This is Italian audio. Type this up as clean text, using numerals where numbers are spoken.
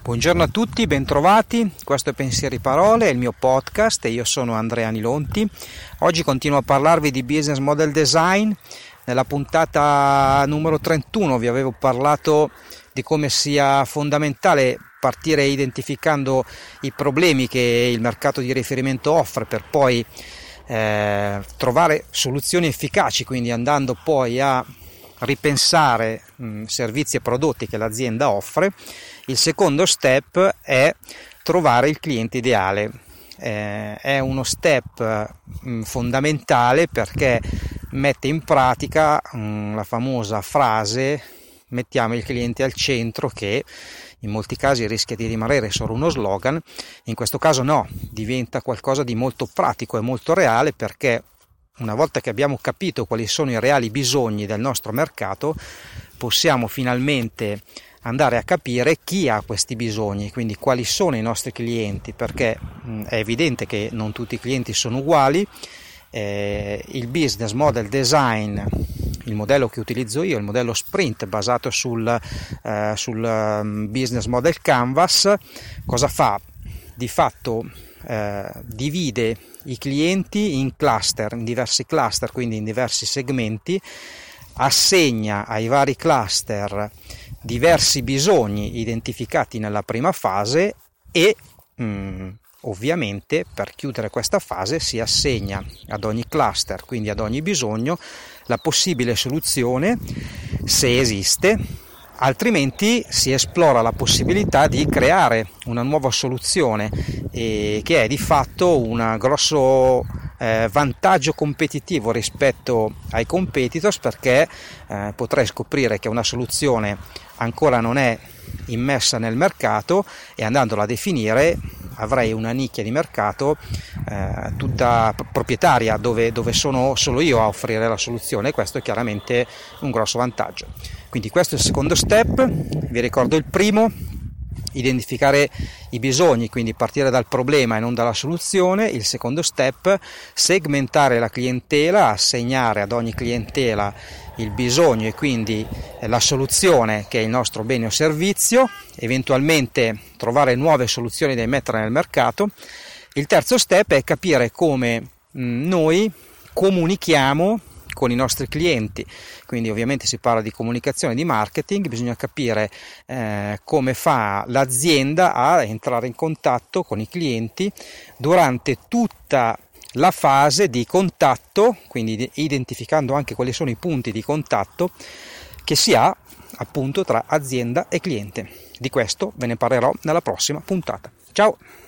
Buongiorno a tutti, bentrovati. Questo è Pensieri Parole, è il mio podcast e io sono Andrea Nilonti. Oggi continuo a parlarvi di business model design. Nella puntata numero 31 vi avevo parlato di come sia fondamentale partire identificando i problemi che il mercato di riferimento offre per poi trovare soluzioni efficaci, quindi andando poi a ripensare servizi e prodotti che l'azienda offre. Il secondo step è trovare il cliente ideale. È uno step fondamentale perché mette in pratica la famosa frase mettiamo il cliente al centro, che in molti casi rischia di rimanere solo uno slogan. In questo caso no, diventa qualcosa di molto pratico e molto reale, perché una volta che abbiamo capito quali sono i reali bisogni del nostro mercato, possiamo finalmente andare a capire chi ha questi bisogni, quindi quali sono i nostri clienti, perché è evidente che non tutti i clienti sono uguali. Il business model design, il modello che utilizzo io, il modello Sprint basato sul business model Canvas, cosa fa? Di fatto divide i clienti in cluster, in diversi cluster, quindi in diversi segmenti, assegna ai vari cluster diversi bisogni identificati nella prima fase e ovviamente per chiudere questa fase si assegna ad ogni cluster, quindi ad ogni bisogno, la possibile soluzione se esiste. Altrimenti si esplora la possibilità di creare una nuova soluzione, che è di fatto un grosso vantaggio competitivo rispetto ai competitors, perché potrei scoprire che una soluzione ancora non è immessa nel mercato e andandola a definire avrei una nicchia di mercato tutta proprietaria, dove sono solo io a offrire la soluzione, e questo è chiaramente un grosso vantaggio. Quindi questo è il secondo step. Vi ricordo il primo: identificare i bisogni, quindi partire dal problema e non dalla soluzione. Il secondo step: segmentare la clientela, assegnare ad ogni clientela il bisogno e quindi la soluzione che è il nostro bene o servizio, eventualmente trovare nuove soluzioni da mettere nel mercato. Il terzo step è capire come noi comunichiamo con i nostri clienti, quindi ovviamente si parla di comunicazione, di marketing. Bisogna capire come fa l'azienda a entrare in contatto con i clienti durante tutta la fase di contatto, quindi identificando anche quali sono i punti di contatto che si ha appunto tra azienda e cliente. Di questo ve ne parlerò nella prossima puntata. Ciao!